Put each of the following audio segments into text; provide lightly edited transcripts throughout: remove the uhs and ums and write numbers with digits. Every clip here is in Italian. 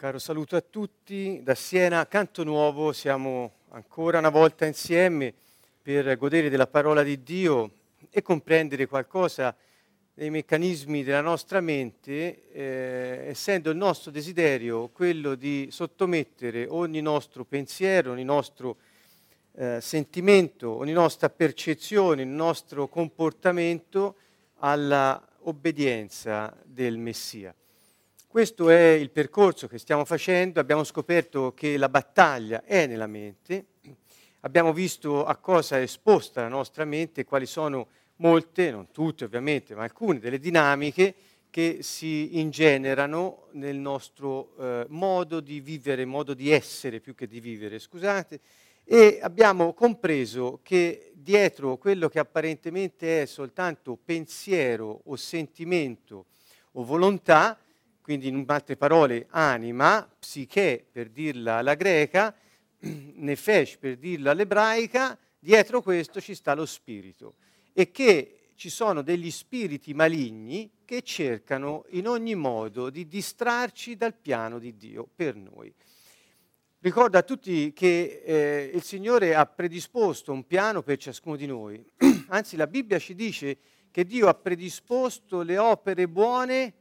caro saluto a tutti da Siena, Canto Nuovo, siamo ancora una volta insieme per godere della parola di Dio e comprendere qualcosa dei meccanismi della nostra mente, essendo il nostro desiderio quello di sottomettere ogni nostro pensiero, ogni nostro sentimento, ogni nostra percezione, il nostro comportamento alla obbedienza del Messia. Questo è il percorso che stiamo facendo, abbiamo scoperto che la battaglia è nella mente, abbiamo visto a cosa è esposta la nostra mente, quali sono molte, non tutte ovviamente, ma alcune delle dinamiche che si ingenerano nel nostro modo di vivere, modo di essere più che di vivere, scusate, e abbiamo compreso che dietro quello che apparentemente è soltanto pensiero o sentimento o volontà, quindi in altre parole anima, psiche per dirla alla greca, nefesh per dirla all'ebraica, dietro questo ci sta lo spirito e che ci sono degli spiriti maligni che cercano in ogni modo di distrarci dal piano di Dio per noi. Ricordo a tutti che il Signore ha predisposto un piano per ciascuno di noi, anzi la Bibbia ci dice che Dio ha predisposto le opere buone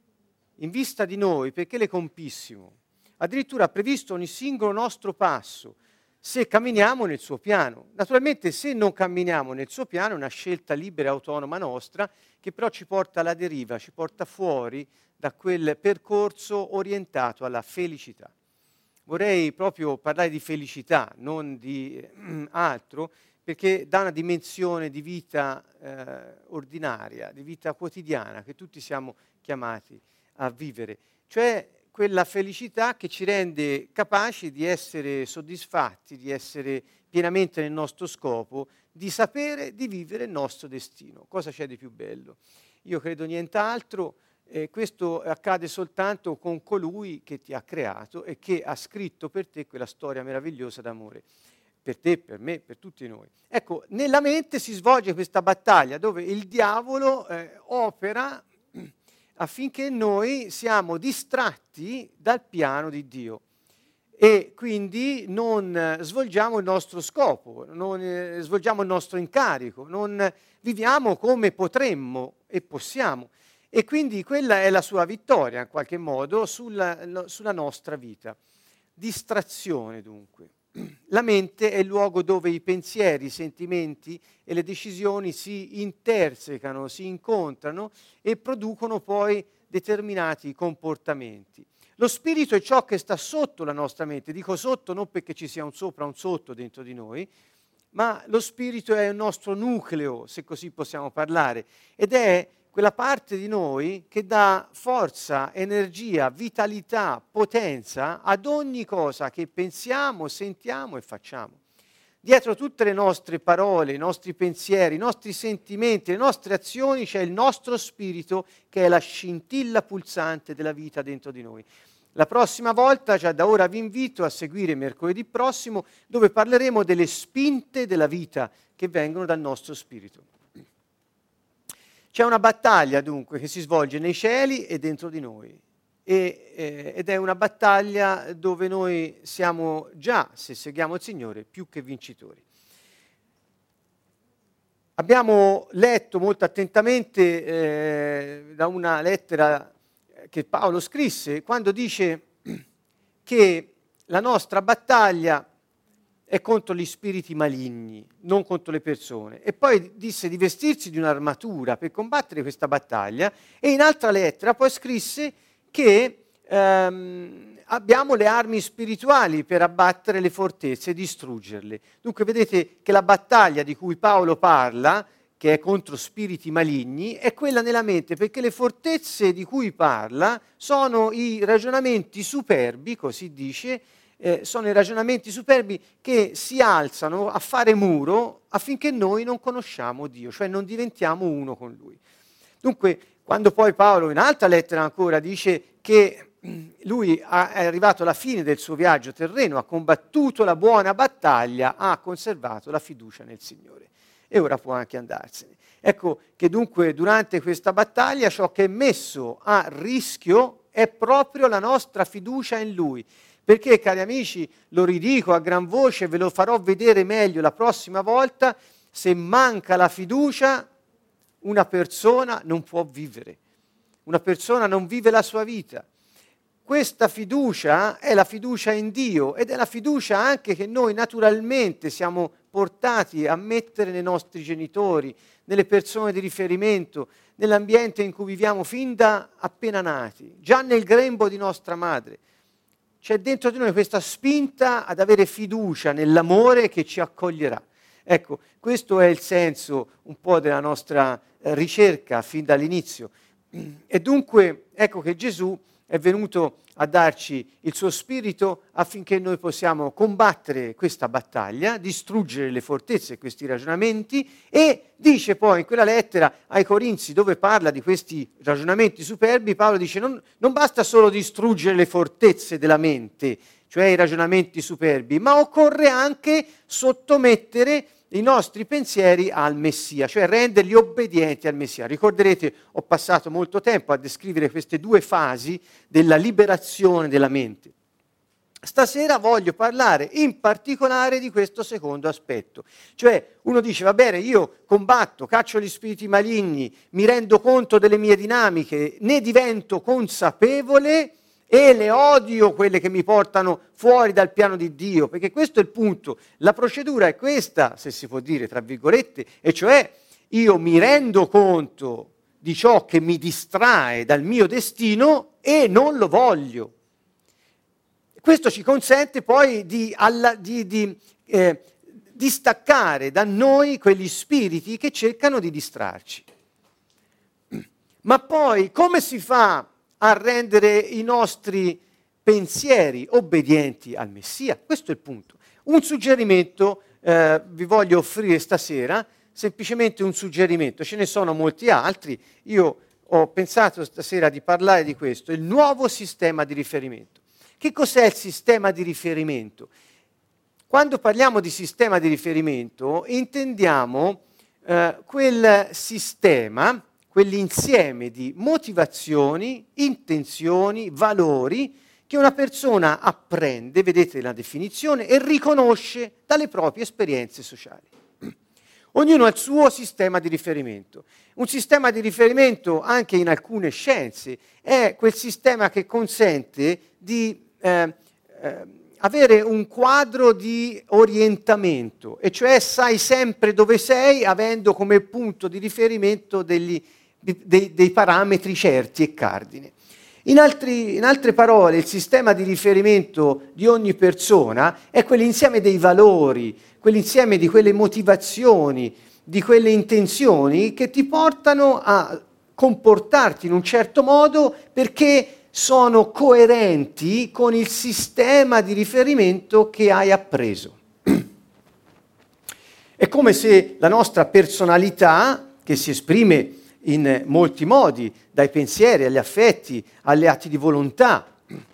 in vista di noi perché le compissimo. Addirittura ha previsto ogni singolo nostro passo se camminiamo nel suo piano. Naturalmente se non camminiamo nel suo piano è una scelta libera e autonoma nostra che però ci porta alla deriva, ci porta fuori da quel percorso orientato alla felicità. Vorrei proprio parlare di felicità, non di altro, perché dà una dimensione di vita ordinaria, di vita quotidiana che tutti siamo chiamati a vivere, cioè quella felicità che ci rende capaci di essere soddisfatti, di essere pienamente nel nostro scopo, di sapere di vivere il nostro destino. Cosa c'è di più bello? Io credo nient'altro, questo accade soltanto con colui che ti ha creato e che ha scritto per te quella storia meravigliosa d'amore, per te, per me, per tutti noi. Ecco, nella mente si svolge questa battaglia dove il diavolo opera affinché noi siamo distratti dal piano di Dio e quindi non svolgiamo il nostro scopo, non svolgiamo il nostro incarico, non viviamo come potremmo e possiamo. E quindi quella è la sua vittoria, in qualche modo, sulla nostra vita. Distrazione, dunque. La mente è il luogo dove i pensieri, i sentimenti e le decisioni si intersecano, si incontrano e producono poi determinati comportamenti. Lo spirito è ciò che sta sotto la nostra mente, dico sotto non perché ci sia un sopra o un sotto dentro di noi, ma lo spirito è il nostro nucleo, se così possiamo parlare, ed è quella parte di noi che dà forza, energia, vitalità, potenza ad ogni cosa che pensiamo, sentiamo e facciamo. Dietro tutte le nostre parole, i nostri pensieri, i nostri sentimenti, le nostre azioni c'è il nostro spirito che è la scintilla pulsante della vita dentro di noi. La prossima volta, già da ora vi invito a seguire mercoledì prossimo, dove parleremo delle spinte della vita che vengono dal nostro spirito. C'è una battaglia dunque che si svolge nei cieli e dentro di noi ed è una battaglia dove noi siamo già, se seguiamo il Signore, più che vincitori. Abbiamo letto molto attentamente da una lettera che Paolo scrisse quando dice che la nostra battaglia è contro gli spiriti maligni, non contro le persone. E poi disse di vestirsi di un'armatura per combattere questa battaglia e in altra lettera poi scrisse che abbiamo le armi spirituali per abbattere le fortezze e distruggerle. Dunque vedete che la battaglia di cui Paolo parla, che è contro spiriti maligni, è quella nella mente, perché le fortezze di cui parla sono i ragionamenti superbi, così dice, sono i ragionamenti superbi che si alzano a fare muro affinché noi non conosciamo Dio, cioè non diventiamo uno con Lui. Dunque, quando poi Paolo in altra lettera ancora dice che lui è arrivato alla fine del suo viaggio terreno, ha combattuto la buona battaglia, ha conservato la fiducia nel Signore e ora può anche andarsene. Ecco che dunque durante questa battaglia ciò che è messo a rischio è proprio la nostra fiducia in Lui. Perché, cari amici, lo ridico a gran voce, ve lo farò vedere meglio la prossima volta, se manca la fiducia, una persona non può vivere. Una persona non vive la sua vita. Questa fiducia è la fiducia in Dio ed è la fiducia anche che noi naturalmente siamo portati a mettere nei nostri genitori, nelle persone di riferimento, nell'ambiente in cui viviamo fin da appena nati, già nel grembo di nostra madre. C'è dentro di noi questa spinta ad avere fiducia nell'amore che ci accoglierà. Ecco, questo è il senso un po' della nostra ricerca fin dall'inizio. E dunque ecco che Gesù è venuto a darci il suo spirito affinché noi possiamo combattere questa battaglia, distruggere le fortezze, questi ragionamenti, e dice poi in quella lettera ai Corinzi, dove parla di questi ragionamenti superbi, Paolo dice non basta solo distruggere le fortezze della mente, cioè i ragionamenti superbi, ma occorre anche sottomettere i nostri pensieri al Messia, cioè renderli obbedienti al Messia. Ricorderete, ho passato molto tempo a descrivere queste due fasi della liberazione della mente. Stasera voglio parlare in particolare di questo secondo aspetto, cioè uno dice va bene, io combatto, caccio gli spiriti maligni, mi rendo conto delle mie dinamiche, ne divento consapevole e le odio quelle che mi portano fuori dal piano di Dio, perché questo è il punto. La procedura è questa, se si può dire, tra virgolette, e cioè io mi rendo conto di ciò che mi distrae dal mio destino e non lo voglio. Questo ci consente poi di distaccare da noi quegli spiriti che cercano di distrarci. Ma poi come si fa a rendere i nostri pensieri obbedienti al Messia? Questo è il punto. Un suggerimento vi voglio offrire stasera, semplicemente un suggerimento, ce ne sono molti altri, io ho pensato stasera di parlare di questo, il nuovo sistema di riferimento. Che cos'è il sistema di riferimento? Quando parliamo di sistema di riferimento intendiamo quel sistema, quell'insieme di motivazioni, intenzioni, valori che una persona apprende, vedete la definizione, e riconosce dalle proprie esperienze sociali. Ognuno ha il suo sistema di riferimento. Un sistema di riferimento, anche in alcune scienze, è quel sistema che consente di avere un quadro di orientamento, e cioè sai sempre dove sei avendo come punto di riferimento dei parametri certi e cardine. In altre parole, il sistema di riferimento di ogni persona è quell'insieme dei valori, quell'insieme di quelle motivazioni, di quelle intenzioni che ti portano a comportarti in un certo modo perché sono coerenti con il sistema di riferimento che hai appreso. È come se la nostra personalità, che si esprime in molti modi, dai pensieri agli affetti, agli atti di volontà,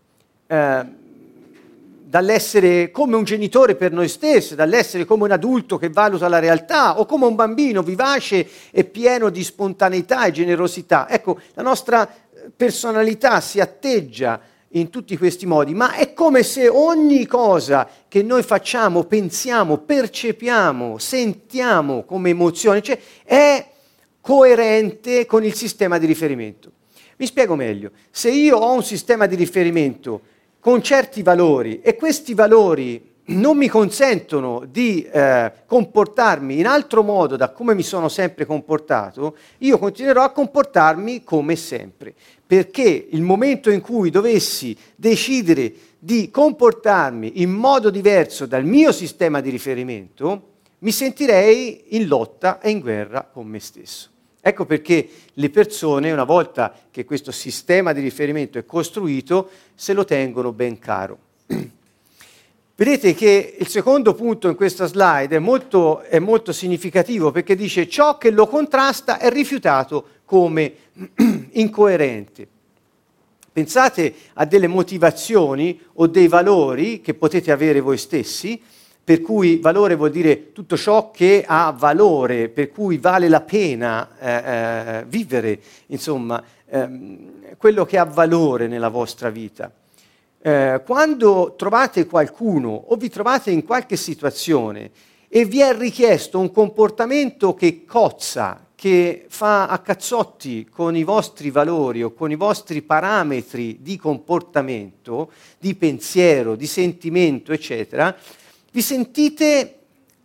dall'essere come un genitore per noi stessi, dall'essere come un adulto che valuta la realtà, o come un bambino vivace e pieno di spontaneità e generosità. Ecco, la nostra personalità si atteggia in tutti questi modi, ma è come se ogni cosa che noi facciamo, pensiamo, percepiamo, sentiamo come emozione, cioè è coerente con il sistema di riferimento. Mi spiego meglio. Se io ho un sistema di riferimento con certi valori e questi valori non mi consentono di comportarmi in altro modo da come mi sono sempre comportato, io continuerò a comportarmi come sempre, perché il momento in cui dovessi decidere di comportarmi in modo diverso dal mio sistema di riferimento, mi sentirei in lotta e in guerra con me stesso. Ecco perché le persone, una volta che questo sistema di riferimento è costruito, se lo tengono ben caro. Vedete che il secondo punto in questa slide è molto significativo, perché dice ciò che lo contrasta è rifiutato come incoerente. Pensate a delle motivazioni o dei valori che potete avere voi stessi, per cui valore vuol dire tutto ciò che ha valore, per cui vale la pena vivere, insomma, quello che ha valore nella vostra vita. Quando trovate qualcuno o vi trovate in qualche situazione e vi è richiesto un comportamento che cozza, che fa a cazzotti con i vostri valori o con i vostri parametri di comportamento, di pensiero, di sentimento, eccetera, vi sentite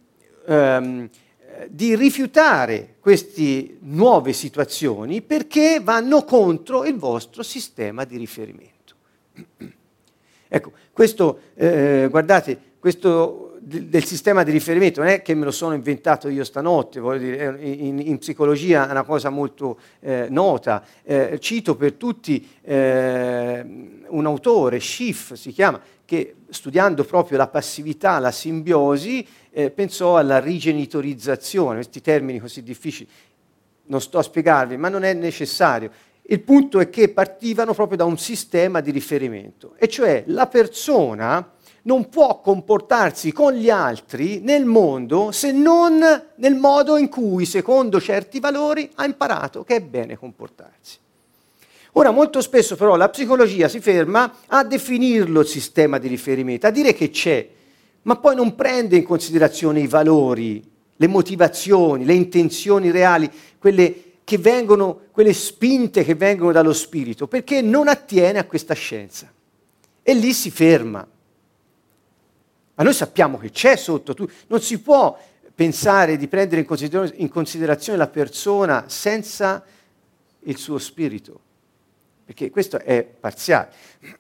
di rifiutare queste nuove situazioni perché vanno contro il vostro sistema di riferimento. Ecco, questo, guardate, questo del sistema di riferimento non è che me lo sono inventato io stanotte, voglio dire, in psicologia è una cosa molto nota. Cito per tutti un autore, Schiff si chiama, che studiando proprio la passività, la simbiosi, pensò alla rigenitorizzazione, questi termini così difficili, non sto a spiegarvi, ma non è necessario. Il punto è che partivano proprio da un sistema di riferimento, e cioè la persona non può comportarsi con gli altri nel mondo se non nel modo in cui, secondo certi valori, ha imparato che è bene comportarsi. Ora, molto spesso però la psicologia si ferma a definirlo il sistema di riferimento, a dire che c'è, ma poi non prende in considerazione i valori, le motivazioni, le intenzioni reali, quelle che vengono, quelle spinte che vengono dallo spirito, perché non attiene a questa scienza. E lì si ferma. Ma noi sappiamo che c'è sotto, non si può pensare di prendere in considerazione la persona senza il suo spirito, perché questo è parziale.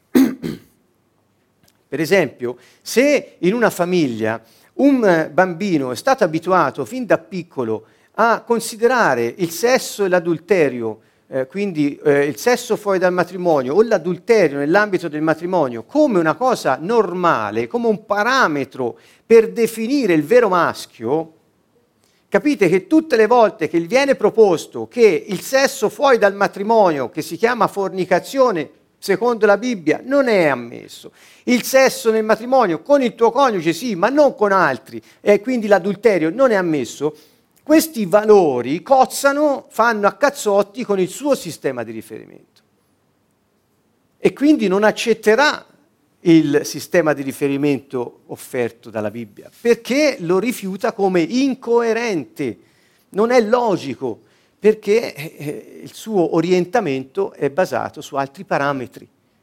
Per esempio, se in una famiglia un bambino è stato abituato fin da piccolo a considerare il sesso e l'adulterio, quindi il sesso fuori dal matrimonio o l'adulterio nell'ambito del matrimonio come una cosa normale, come un parametro per definire il vero maschio, capite che tutte le volte che gli viene proposto che il sesso fuori dal matrimonio, che si chiama fornicazione secondo la Bibbia, non è ammesso, il sesso nel matrimonio con il tuo coniuge sì, ma non con altri, e quindi l'adulterio non è ammesso, questi valori cozzano, fanno a cazzotti con il suo sistema di riferimento. E quindi non accetterà il sistema di riferimento offerto dalla Bibbia, perché lo rifiuta come incoerente, non è logico, perché il suo orientamento è basato su altri parametri.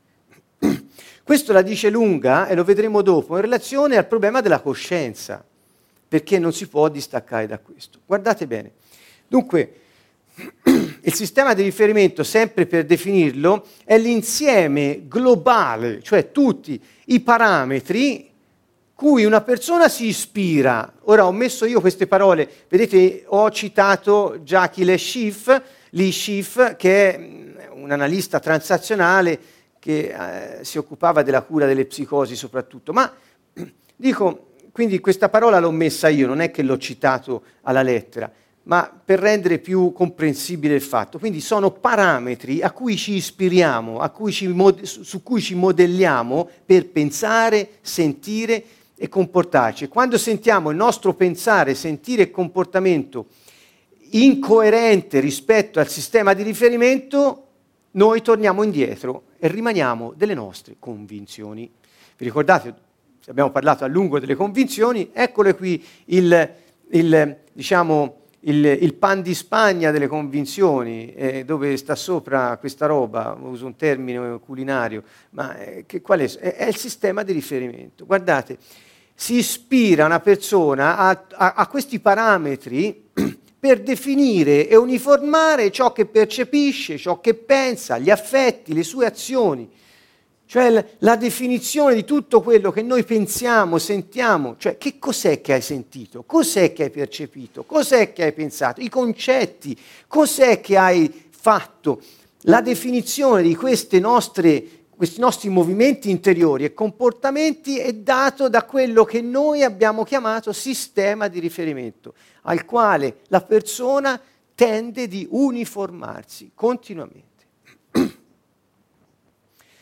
Questo la dice lunga, e lo vedremo dopo, in relazione al problema della coscienza, perché non si può distaccare da questo. Guardate bene. Dunque, il sistema di riferimento, sempre per definirlo, è l'insieme globale, cioè tutti i parametri cui una persona si ispira. Ora ho messo io queste parole, vedete, ho citato Jackie Lee Schiff, che è un analista transazionale che si occupava della cura delle psicosi soprattutto, ma dico, quindi questa parola l'ho messa io, non è che l'ho citato alla lettera, ma per rendere più comprensibile il fatto. Quindi sono parametri a cui ci ispiriamo, su cui ci modelliamo per pensare, sentire e comportarci. Quando sentiamo il nostro pensare, sentire e comportamento incoerente rispetto al sistema di riferimento, noi torniamo indietro e rimaniamo delle nostre convinzioni. Vi ricordate? Abbiamo parlato a lungo delle convinzioni, eccole qui il pan di Spagna delle convinzioni, dove sta sopra questa roba, uso un termine culinario, ma qual è? È il sistema di riferimento. Guardate, si ispira una persona a questi parametri per definire e uniformare ciò che percepisce, ciò che pensa, gli affetti, le sue azioni. Cioè la definizione di tutto quello che noi pensiamo, sentiamo, cioè che cos'è che hai sentito, cos'è che hai percepito, cos'è che hai pensato, i concetti, cos'è che hai fatto. La definizione di questi nostri movimenti interiori e comportamenti è dato da quello che noi abbiamo chiamato sistema di riferimento, al quale la persona tende di uniformarsi continuamente.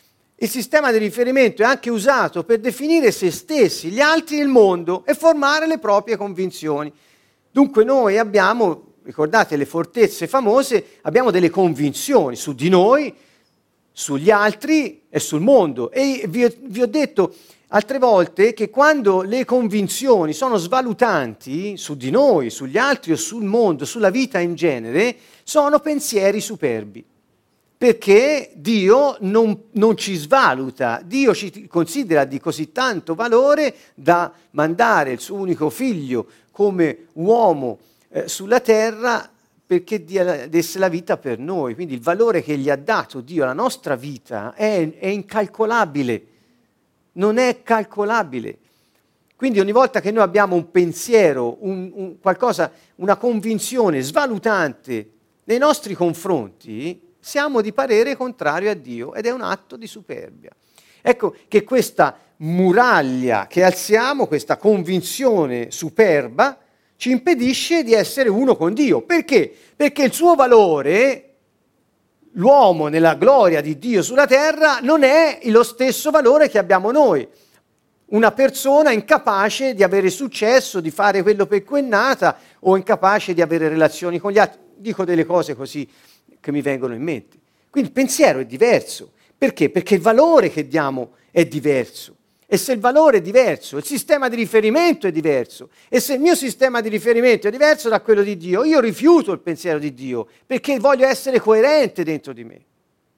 Il sistema di riferimento è anche usato per definire se stessi, gli altri e il mondo e formare le proprie convinzioni. Dunque noi abbiamo, ricordate le fortezze famose, abbiamo delle convinzioni su di noi, sugli altri e sul mondo. E vi ho detto altre volte che quando le convinzioni sono svalutanti su di noi, sugli altri o sul mondo, sulla vita in genere, sono pensieri superbi. Perché Dio non ci svaluta, Dio ci considera di così tanto valore da mandare il suo unico figlio come uomo sulla terra perché desse la vita per noi. Quindi il valore che gli ha dato Dio alla nostra vita è incalcolabile, non è calcolabile. Quindi ogni volta che noi abbiamo un pensiero, qualcosa, una convinzione svalutante nei nostri confronti, siamo di parere contrario a Dio ed è un atto di superbia. Ecco che questa muraglia che alziamo, questa convinzione superba, ci impedisce di essere uno con Dio. Perché? Perché il suo valore, l'uomo nella gloria di Dio sulla terra, non è lo stesso valore che abbiamo noi. Una persona incapace di avere successo, di fare quello per cui è nata, o incapace di avere relazioni con gli altri. Dico delle cose così che mi vengono in mente. Quindi il pensiero è diverso. Perché? Perché il valore che diamo è diverso. E se il valore è diverso, il sistema di riferimento è diverso. E se il mio sistema di riferimento è diverso da quello di Dio, io rifiuto il pensiero di Dio, perché voglio essere coerente dentro di me.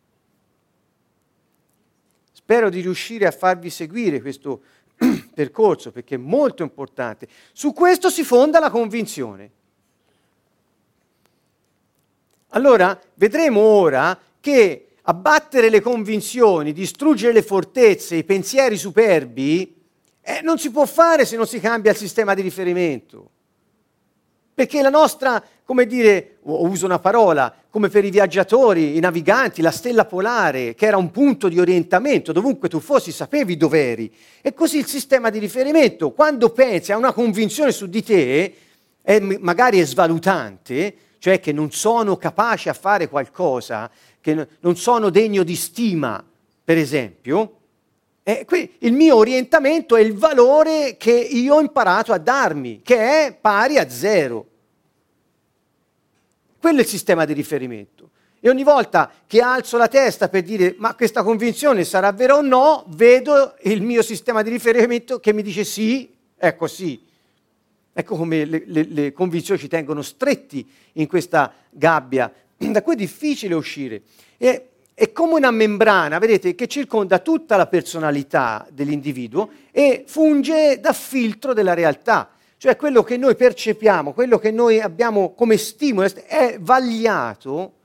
Spero di riuscire a farvi seguire questo percorso, perché è molto importante. Su questo si fonda la convinzione. Allora, vedremo ora che abbattere le convinzioni, distruggere le fortezze, i pensieri superbi, non si può fare se non si cambia il sistema di riferimento. Perché la nostra, come dire, uso una parola, come per i viaggiatori, i naviganti, la stella polare, che era un punto di orientamento, dovunque tu fossi sapevi dov'eri. E così il sistema di riferimento, quando pensi a una convinzione su di te, magari è svalutante, cioè che non sono capace a fare qualcosa, che non sono degno di stima, per esempio, il mio orientamento è il valore che io ho imparato a darmi, che è pari a 0. Quello è il sistema di riferimento. E ogni volta che alzo la testa per dire ma questa convinzione sarà vera o no, vedo il mio sistema di riferimento che mi dice sì, è così. Ecco come le convinzioni ci tengono stretti in questa gabbia, da cui è difficile uscire. È come una membrana, vedete, che circonda tutta la personalità dell'individuo e funge da filtro della realtà. Cioè quello che noi percepiamo, quello che noi abbiamo come stimolo, è vagliato,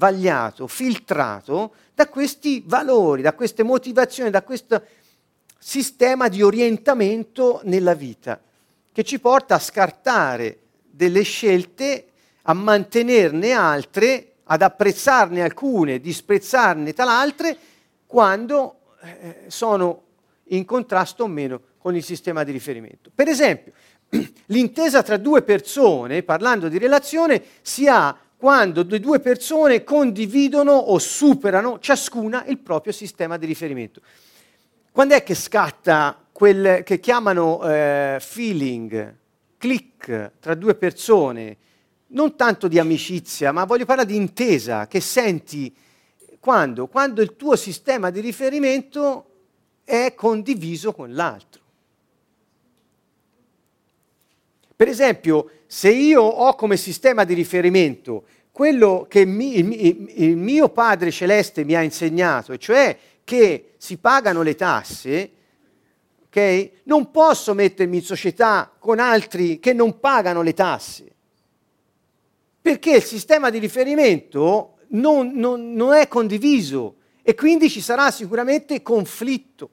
filtrato da questi valori, da queste motivazioni, da questo sistema di orientamento nella vita, che ci porta a scartare delle scelte, a mantenerne altre, ad apprezzarne alcune, disprezzarne tal'altre, quando sono in contrasto o meno con il sistema di riferimento. Per esempio, l'intesa tra due persone, parlando di relazione, si ha quando le due persone condividono o superano ciascuna il proprio sistema di riferimento. Quando è che scatta quel che chiamano feeling, click tra due persone, non tanto di amicizia, ma voglio parlare di intesa, che senti quando? Quando il tuo sistema di riferimento è condiviso con l'altro. Per esempio, se io ho come sistema di riferimento quello che il mio Padre Celeste mi ha insegnato, e cioè che si pagano le tasse, ok? Non posso mettermi in società con altri che non pagano le tasse, perché il sistema di riferimento non è condiviso e quindi ci sarà sicuramente conflitto.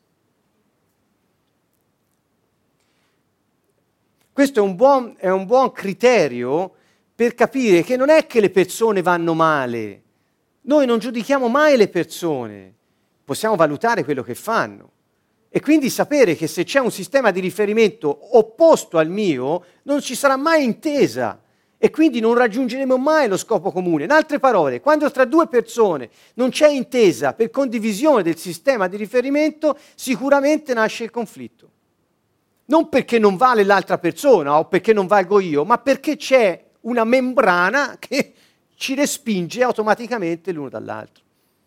Questo è un buon criterio per capire che non è che le persone vanno male. Noi non giudichiamo mai le persone, possiamo valutare quello che fanno. E quindi sapere che se c'è un sistema di riferimento opposto al mio, non ci sarà mai intesa. e quindi non raggiungeremo mai lo scopo comune. In altre parole, quando tra due persone non c'è intesa per condivisione del sistema di riferimento, sicuramente nasce il conflitto. Non perché non vale l'altra persona o perché non valgo io, ma perché c'è una membrana che ci respinge automaticamente l'uno dall'altro.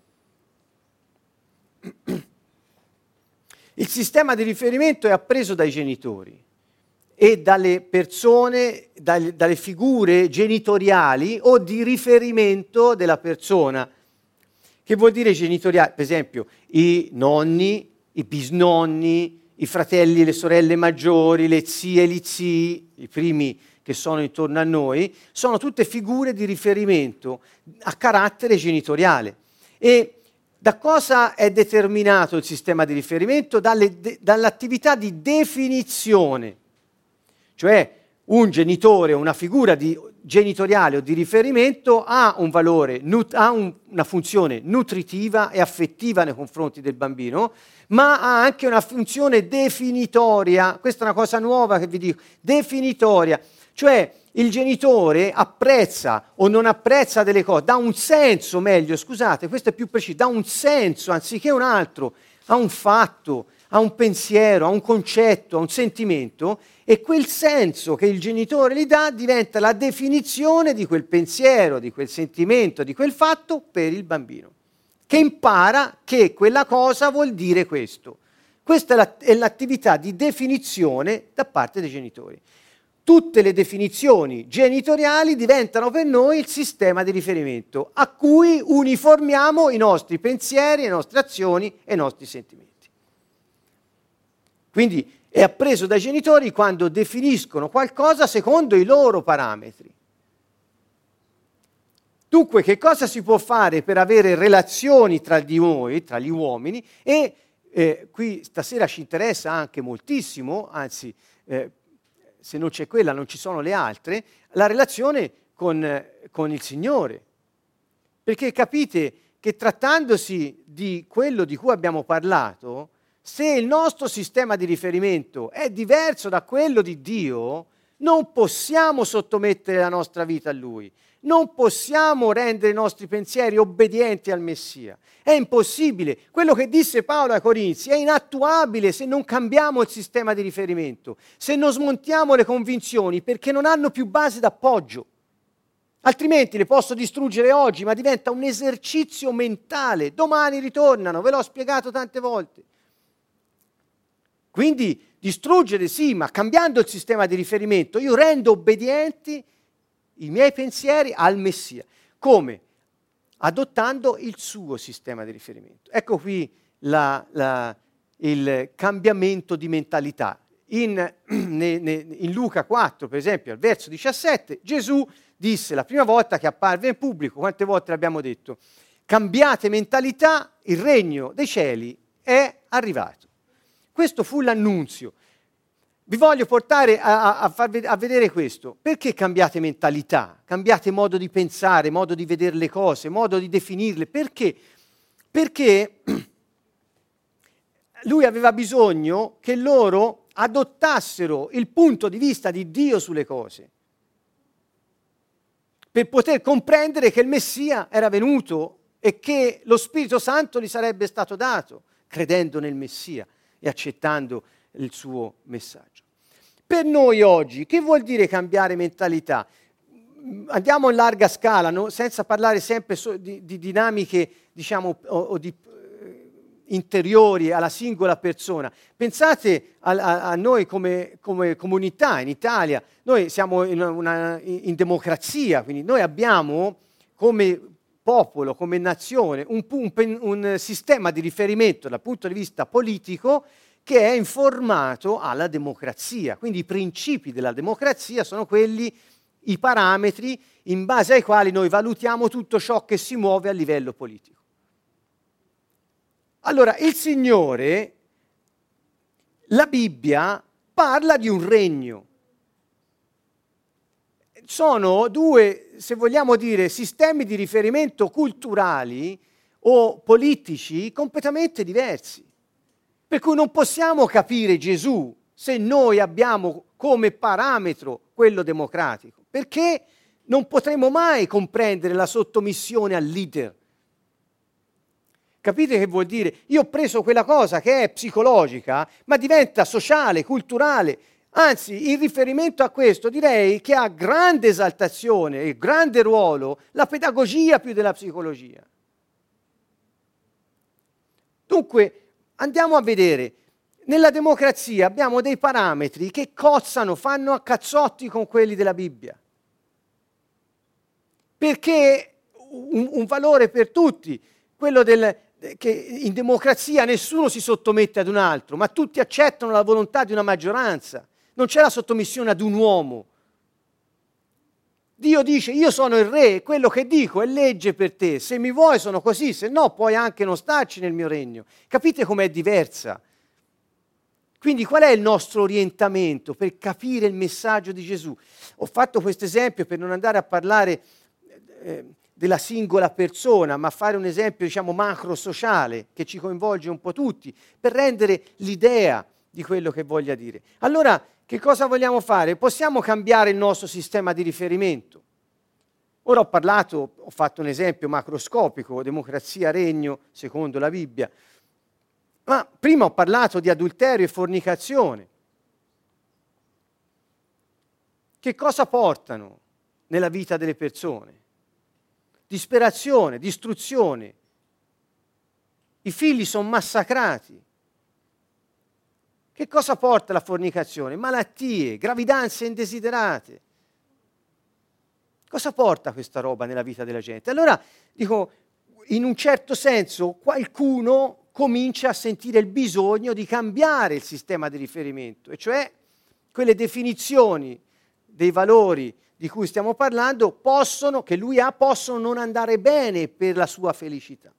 Il sistema di riferimento è appreso dai genitori e dalle persone, dalle figure genitoriali o di riferimento della persona. Che vuol dire genitoriale? Per esempio, i nonni, i bisnonni, i fratelli e le sorelle maggiori, le zie e gli zii, i primi che sono intorno a noi, sono tutte figure di riferimento a carattere genitoriale. E da cosa è determinato il sistema di riferimento? Dall'attività di definizione. Cioè un genitore, una figura genitoriale o di riferimento ha un valore, una funzione nutritiva e affettiva nei confronti del bambino, ma ha anche una funzione definitoria. Questa è una cosa nuova che vi dico, definitoria. Cioè il genitore apprezza o non apprezza delle cose, dà un senso, meglio, scusate, questo è più preciso, dà un senso anziché un altro, a un fatto, a un pensiero, a un concetto, a un sentimento, e quel senso che il genitore gli dà diventa la definizione di quel pensiero, di quel sentimento, di quel fatto per il bambino, che impara che quella cosa vuol dire questo. Questa è l'attività di definizione da parte dei genitori. Tutte le definizioni genitoriali diventano per noi il sistema di riferimento a cui uniformiamo i nostri pensieri, le nostre azioni e i nostri sentimenti. Quindi è appreso dai genitori quando definiscono qualcosa secondo i loro parametri. Dunque, che cosa si può fare per avere relazioni tra di noi, tra gli uomini? E qui stasera ci interessa anche moltissimo, anzi, se non c'è quella non ci sono le altre, la relazione con il Signore. Perché capite che trattandosi di quello di cui abbiamo parlato, se il nostro sistema di riferimento è diverso da quello di Dio, non possiamo sottomettere la nostra vita a Lui, non possiamo rendere i nostri pensieri obbedienti al Messia. È impossibile. Quello che disse Paolo ai Corinzi è inattuabile se non cambiamo il sistema di riferimento, se non smontiamo le convinzioni perché non hanno più base d'appoggio. Altrimenti le posso distruggere oggi, ma diventa un esercizio mentale. Domani ritornano, ve l'ho spiegato tante volte. Quindi distruggere sì, ma cambiando il sistema di riferimento io rendo obbedienti i miei pensieri al Messia. Come? Adottando il suo sistema di riferimento. Ecco qui il cambiamento di mentalità. In Luca 4, per esempio, al verso 17, Gesù disse la prima volta che apparve in pubblico, quante volte l'abbiamo detto, cambiate mentalità, il regno dei cieli è arrivato. Questo fu l'annunzio. Vi voglio portare a vedere questo. Perché cambiate mentalità? Cambiate modo di pensare, modo di vedere le cose, modo di definirle. Perché? Perché lui aveva bisogno che loro adottassero il punto di vista di Dio sulle cose, per poter comprendere che il Messia era venuto e che lo Spirito Santo gli sarebbe stato dato, credendo nel Messia e accettando il suo messaggio. Per noi oggi, che vuol dire cambiare mentalità? Andiamo in larga scala, no? Senza parlare sempre di dinamiche, diciamo, o di interiori alla singola persona. Pensate a noi come comunità in Italia. Noi siamo in democrazia, quindi noi abbiamo come popolo, come nazione, un sistema di riferimento dal punto di vista politico che è informato alla democrazia. Quindi i principi della democrazia sono quelli, i parametri in base ai quali noi valutiamo tutto ciò che si muove a livello politico. Allora, il Signore, la Bibbia, parla di un regno. Sono due, se vogliamo dire, sistemi di riferimento culturali o politici completamente diversi. Per cui non possiamo capire Gesù se noi abbiamo come parametro quello democratico. Perché? non potremo mai comprendere la sottomissione al leader. Capite che vuol dire? Io ho preso quella cosa che è psicologica, ma diventa sociale, culturale. Anzi, in riferimento a questo direi che ha grande esaltazione e grande ruolo la pedagogia più della psicologia. Dunque, andiamo a vedere. Nella democrazia abbiamo dei parametri che cozzano, fanno a cazzotti con quelli della Bibbia. Perché un valore per tutti, quello che in democrazia nessuno si sottomette ad un altro, ma tutti accettano la volontà di una maggioranza. Non c'è la sottomissione ad un uomo. Dio dice, io sono il re, quello che dico è legge per te. Se mi vuoi sono così, se no puoi anche non starci nel mio regno. Capite com'è diversa? Quindi qual è il nostro orientamento per capire il messaggio di Gesù? Ho fatto questo esempio per non andare a parlare della singola persona, ma fare un esempio, diciamo, macro sociale che ci coinvolge un po' tutti, per rendere l'idea di quello che voglia dire. Allora, che cosa vogliamo fare? Possiamo cambiare il nostro sistema di riferimento. Ora ho fatto un esempio macroscopico, democrazia, regno, secondo la Bibbia, ma prima ho parlato di adulterio e fornicazione. Che cosa portano nella vita delle persone? Disperazione, distruzione. I figli sono massacrati. Che cosa porta la fornicazione? Malattie, gravidanze indesiderate. Cosa porta questa roba nella vita della gente? Allora, dico, in un certo senso qualcuno comincia a sentire il bisogno di cambiare il sistema di riferimento, e cioè quelle definizioni dei valori di cui stiamo parlando che lui ha, possono non andare bene per la sua felicità.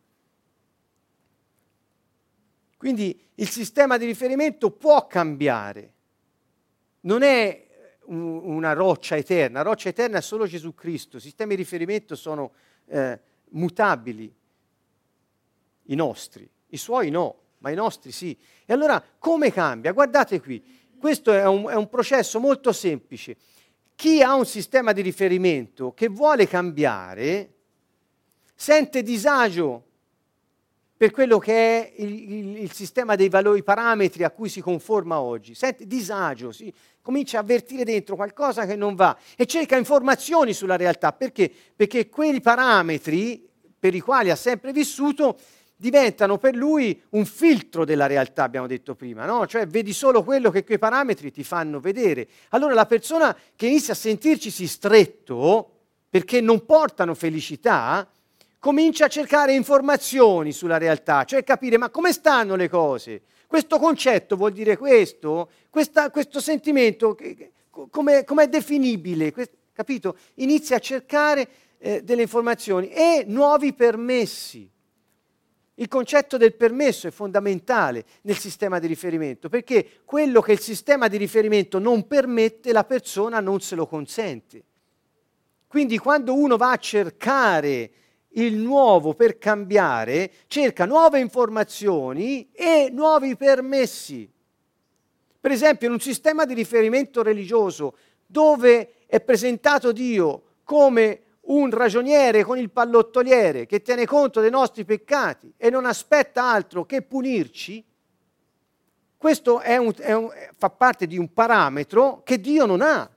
Quindi il sistema di riferimento può cambiare, non è una roccia eterna, la roccia eterna è solo Gesù Cristo, i sistemi di riferimento sono mutabili, i nostri, i suoi no, ma i nostri sì. E allora come cambia? Guardate qui, questo è un processo molto semplice. Chi ha un sistema di riferimento che vuole cambiare sente disagio per quello che è il sistema dei valori, i parametri a cui si conforma oggi. Sente disagio, comincia a avvertire dentro qualcosa che non va e cerca informazioni sulla realtà. Perché? Perché quei parametri per i quali ha sempre vissuto diventano per lui un filtro della realtà, abbiamo detto prima, no? Cioè vedi solo quello che quei parametri ti fanno vedere. Allora la persona che inizia a sentirci stretto, perché non portano felicità, comincia a cercare informazioni sulla realtà, cioè capire ma come stanno le cose? Questo concetto vuol dire questo? Questo sentimento, com'è definibile? Capito? Inizia a cercare delle informazioni e nuovi permessi. Il concetto del permesso è fondamentale nel sistema di riferimento, perché quello che il sistema di riferimento non permette, la persona non se lo consente. Quindi quando uno va a cercare il nuovo per cambiare, cerca nuove informazioni e nuovi permessi. Per esempio, in un sistema di riferimento religioso dove è presentato Dio come un ragioniere con il pallottoliere che tiene conto dei nostri peccati e non aspetta altro che punirci, questo fa parte di un parametro che Dio non ha.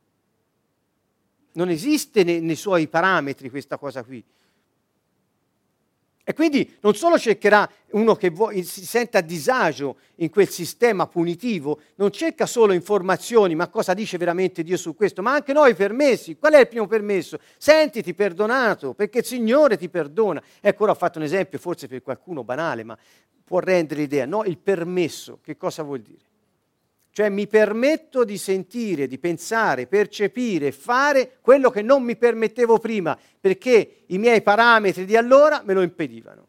Non esiste nei suoi parametri questa cosa qui. E quindi non solo cercherà uno che si senta a disagio in quel sistema punitivo, non cerca solo informazioni, ma cosa dice veramente Dio su questo, ma anche nuovi permessi. Qual è il primo permesso? Sentiti perdonato, perché il Signore ti perdona. Ecco, ora ho fatto un esempio forse per qualcuno banale, ma può rendere l'idea. No, il permesso, che cosa vuol dire? Cioè mi permetto di sentire, di pensare, percepire, fare quello che non mi permettevo prima, perché i miei parametri di allora me lo impedivano.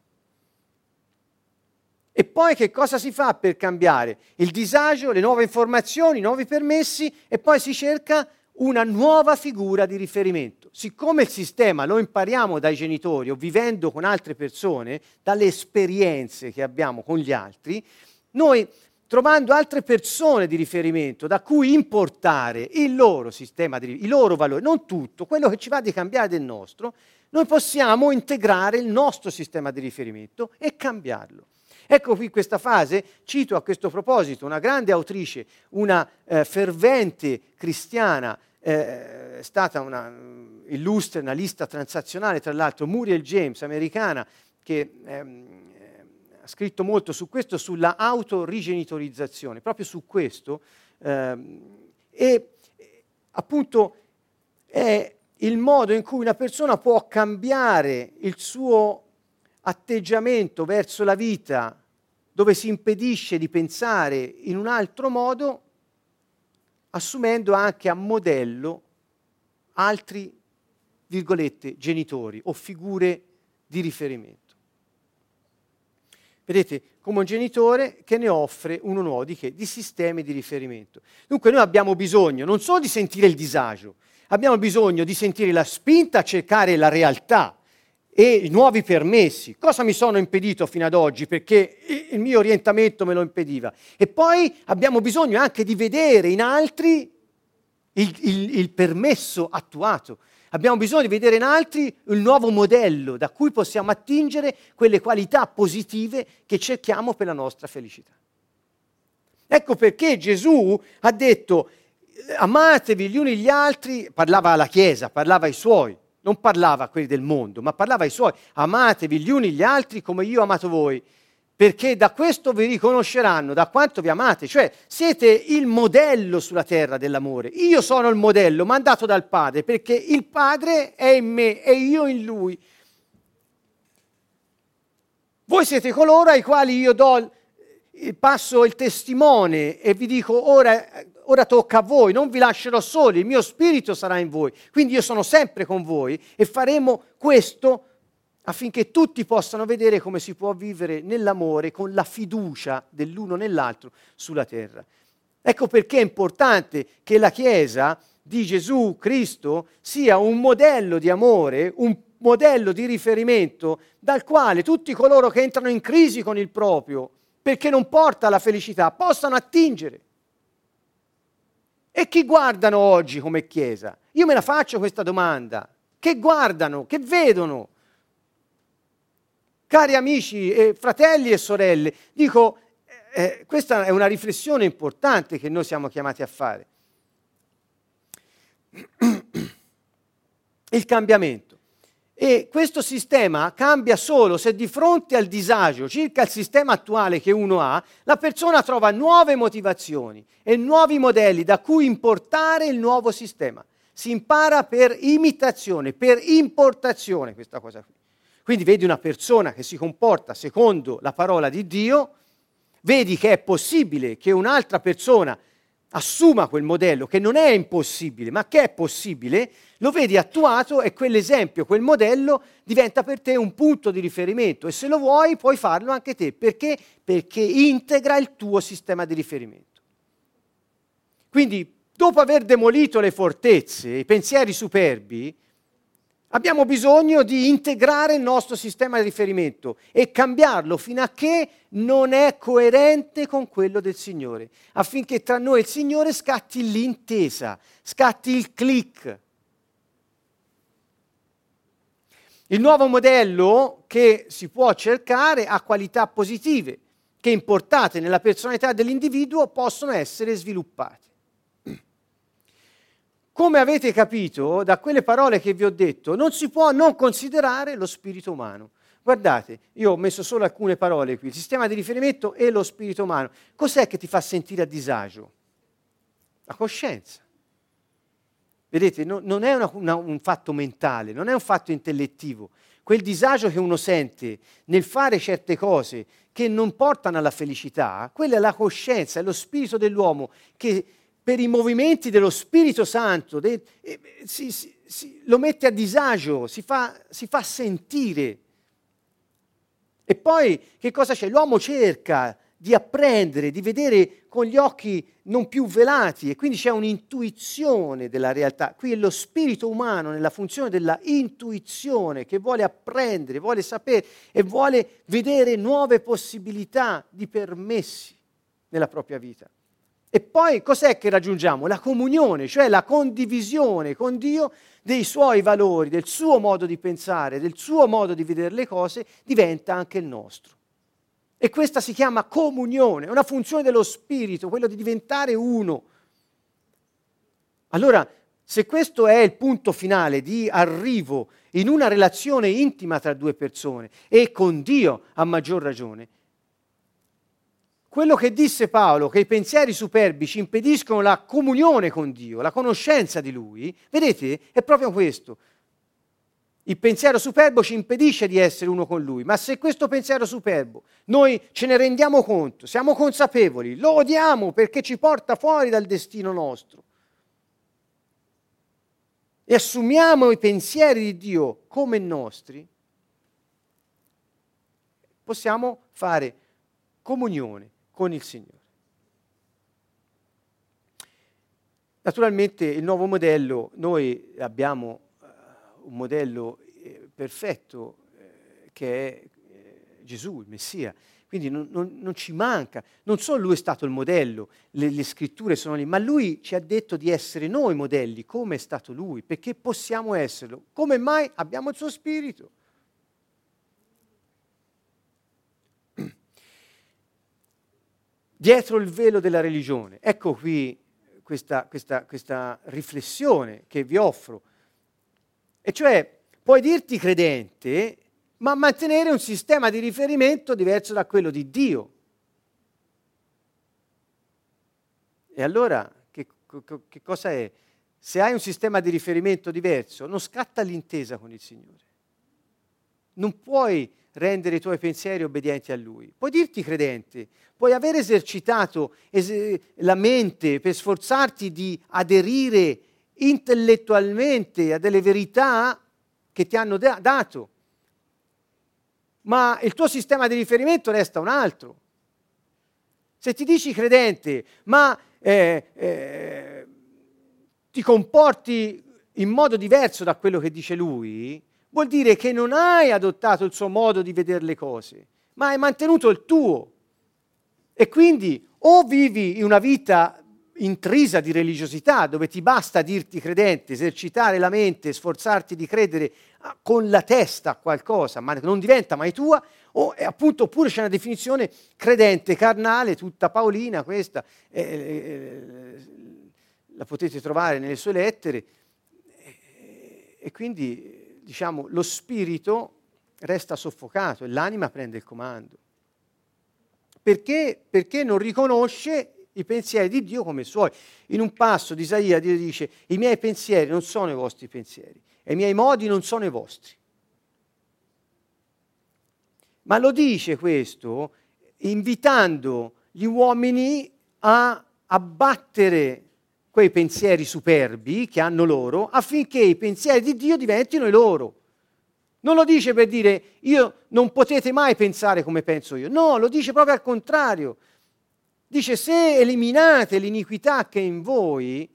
E poi che cosa si fa per cambiare? Il disagio, le nuove informazioni, i nuovi permessi e poi si cerca una nuova figura di riferimento. Siccome il sistema lo impariamo dai genitori o vivendo con altre persone, dalle esperienze che abbiamo con gli altri, noi trovando altre persone di riferimento da cui importare il loro sistema, i loro valori, non tutto, quello che ci va di cambiare del nostro, noi possiamo integrare il nostro sistema di riferimento e cambiarlo. Ecco qui questa fase, cito a questo proposito una grande autrice, una fervente cristiana, stata una illustre analista transazionale, tra l'altro Muriel James, americana, che ha scritto molto su questo, sulla autorigenitorizzazione, proprio su questo, e appunto è il modo in cui una persona può cambiare il suo atteggiamento verso la vita, dove si impedisce di pensare in un altro modo, assumendo anche a modello altri, virgolette, genitori o figure di riferimento. Vedete, come un genitore che ne offre uno nuovo di che? Di sistemi di riferimento. Dunque noi abbiamo bisogno non solo di sentire il disagio, abbiamo bisogno di sentire la spinta a cercare la realtà e i nuovi permessi. Cosa mi sono impedito fino ad oggi? Perché il mio orientamento me lo impediva. E poi abbiamo bisogno anche di vedere in altri il permesso attuato. Abbiamo bisogno di vedere in altri il nuovo modello da cui possiamo attingere quelle qualità positive che cerchiamo per la nostra felicità. Ecco perché Gesù ha detto: amatevi gli uni gli altri, parlava alla Chiesa, parlava ai suoi, non parlava a quelli del mondo, ma parlava ai suoi. Amatevi gli uni gli altri come io ho amato voi, perché da questo vi riconosceranno, da quanto vi amate. Cioè siete il modello sulla terra dell'amore. Io sono il modello mandato dal Padre, perché il Padre è in me e io in Lui. Voi siete coloro ai quali io passo il testimone e vi dico: ora tocca a voi, non vi lascerò soli, il mio spirito sarà in voi. Quindi io sono sempre con voi e faremo questo affinché tutti possano vedere come si può vivere nell'amore con la fiducia dell'uno nell'altro sulla terra. Ecco perché è importante che la Chiesa di Gesù Cristo sia un modello di amore, un modello di riferimento dal quale tutti coloro che entrano in crisi con il proprio, perché non porta alla felicità, possano attingere. E chi guardano oggi come Chiesa? Io me la faccio questa domanda. Che guardano, che vedono? Cari amici, fratelli e sorelle, dico, questa è una riflessione importante che noi siamo chiamati a fare. Il cambiamento. E questo sistema cambia solo se di fronte al disagio circa il sistema attuale che uno ha, la persona trova nuove motivazioni e nuovi modelli da cui importare il nuovo sistema. Si impara per imitazione, per importazione questa cosa qui. Quindi vedi una persona che si comporta secondo la parola di Dio, vedi che è possibile che un'altra persona assuma quel modello, che non è impossibile, ma che è possibile, lo vedi attuato e quell'esempio, quel modello diventa per te un punto di riferimento e se lo vuoi puoi farlo anche te. Perché? Perché integra il tuo sistema di riferimento. Quindi, dopo aver demolito le fortezze, i pensieri superbi, abbiamo bisogno di integrare il nostro sistema di riferimento e cambiarlo fino a che non è coerente con quello del Signore, affinché tra noi e il Signore scatti l'intesa, scatti il click. Il nuovo modello che si può cercare ha qualità positive che, importate nella personalità dell'individuo, possono essere sviluppate. Come avete capito da quelle parole che vi ho detto, non si può non considerare lo spirito umano. Guardate, io ho messo solo alcune parole qui, il sistema di riferimento e lo spirito umano. Cos'è che ti fa sentire a disagio? La coscienza. Vedete, non è un fatto mentale, non è un fatto intellettivo. Quel disagio che uno sente nel fare certe cose che non portano alla felicità, quella è la coscienza, è lo spirito dell'uomo che per i movimenti dello Spirito Santo lo mette a disagio, si fa sentire. E poi che cosa c'è? L'uomo cerca di apprendere, di vedere con gli occhi non più velati e quindi c'è un'intuizione della realtà. Qui è lo spirito umano nella funzione della intuizione che vuole apprendere, vuole sapere e vuole vedere nuove possibilità di permessi. nella propria vita. E poi cos'è che raggiungiamo? La comunione, cioè la condivisione con Dio dei suoi valori, del suo modo di pensare, del suo modo di vedere le cose, diventa anche il nostro. E questa si chiama comunione, è una funzione dello Spirito, quello di diventare uno. Allora, se questo è il punto finale di arrivo in una relazione intima tra due persone e con Dio a maggior ragione, quello che disse Paolo, che i pensieri superbi ci impediscono la comunione con Dio, la conoscenza di Lui, vedete, è proprio questo. Il pensiero superbo ci impedisce di essere uno con Lui, ma se questo pensiero superbo noi ce ne rendiamo conto, siamo consapevoli, lo odiamo perché ci porta fuori dal destino nostro e assumiamo i pensieri di Dio come nostri, possiamo fare comunione con il Signore. Naturalmente il nuovo modello, noi abbiamo un modello perfetto che è Gesù, il Messia, quindi non ci manca, non solo lui è stato il modello, le scritture sono lì, ma lui ci ha detto di essere noi modelli, come è stato lui, perché possiamo esserlo. Come mai? Abbiamo il suo spirito. Dietro il velo della religione. Ecco qui questa riflessione che vi offro. E cioè, puoi dirti credente, ma mantenere un sistema di riferimento diverso da quello di Dio. E allora, che cosa è? Se hai un sistema di riferimento diverso, non scatta l'intesa con il Signore. Non puoi rendere i tuoi pensieri obbedienti a Lui. Puoi dirti credente, puoi aver esercitato la mente per sforzarti di aderire intellettualmente a delle verità che ti hanno dato, ma il tuo sistema di riferimento resta un altro. Se ti dici credente, ma ti comporti in modo diverso da quello che dice lui, vuol dire che non hai adottato il suo modo di vedere le cose, ma hai mantenuto il tuo. E quindi o vivi in una vita intrisa di religiosità, dove ti basta dirti credente, esercitare la mente, sforzarti di credere con la testa a qualcosa, ma non diventa mai tua, o appunto, oppure c'è una definizione credente, carnale, tutta paolina, questa, la potete trovare nelle sue lettere, e quindi, diciamo, lo spirito resta soffocato e l'anima prende il comando. Perché? Perché non riconosce i pensieri di Dio come suoi. In un passo di Isaia Dio dice: i miei pensieri non sono i vostri pensieri e i miei modi non sono i vostri. Ma lo dice questo invitando gli uomini a abbattere quei pensieri superbi che hanno loro, affinché i pensieri di Dio diventino i loro. Non lo dice per dire io non potete mai pensare come penso io. No, lo dice proprio al contrario. Dice: se eliminate l'iniquità che è in voi,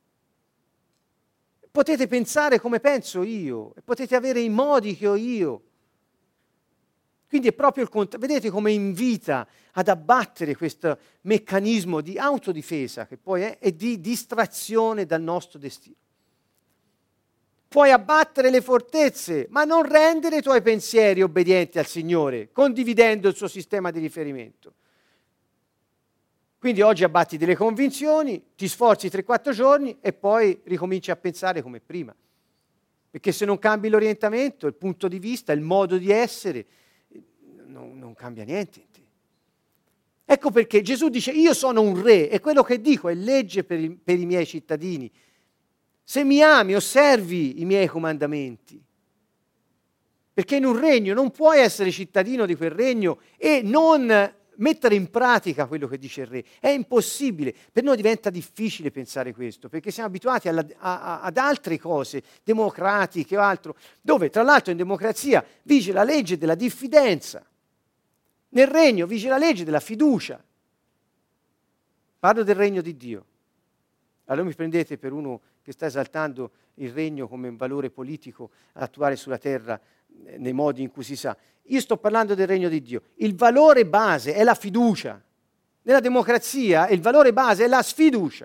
potete pensare come penso io, e potete avere i modi che ho io. Quindi è proprio il contrario. Vedete come invita ad abbattere questo meccanismo di autodifesa, che poi è, e di distrazione dal nostro destino. Puoi abbattere le fortezze, ma non rendere i tuoi pensieri obbedienti al Signore, condividendo il suo sistema di riferimento. Quindi oggi abbatti delle convinzioni, ti sforzi 3-4 giorni e poi ricominci a pensare come prima. Perché se non cambi l'orientamento, il punto di vista, il modo di essere, non cambia niente in te. Ecco perché Gesù dice: io sono un re e quello che dico è legge per i miei cittadini. Se mi ami, osservi i miei comandamenti. Perché in un regno non puoi essere cittadino di quel regno e non mettere in pratica quello che dice il re. È impossibile. Per noi diventa difficile pensare questo, perché siamo abituati ad altre cose, democratiche o altro, dove tra l'altro in democrazia vige la legge della diffidenza. Nel regno vige la legge della fiducia. Parlo del regno di Dio. Allora mi prendete per uno che sta esaltando il regno come un valore politico da attuare sulla terra nei modi in cui si sa. Io sto parlando del regno di Dio. Il valore base è la fiducia. Nella democrazia il valore base è la sfiducia.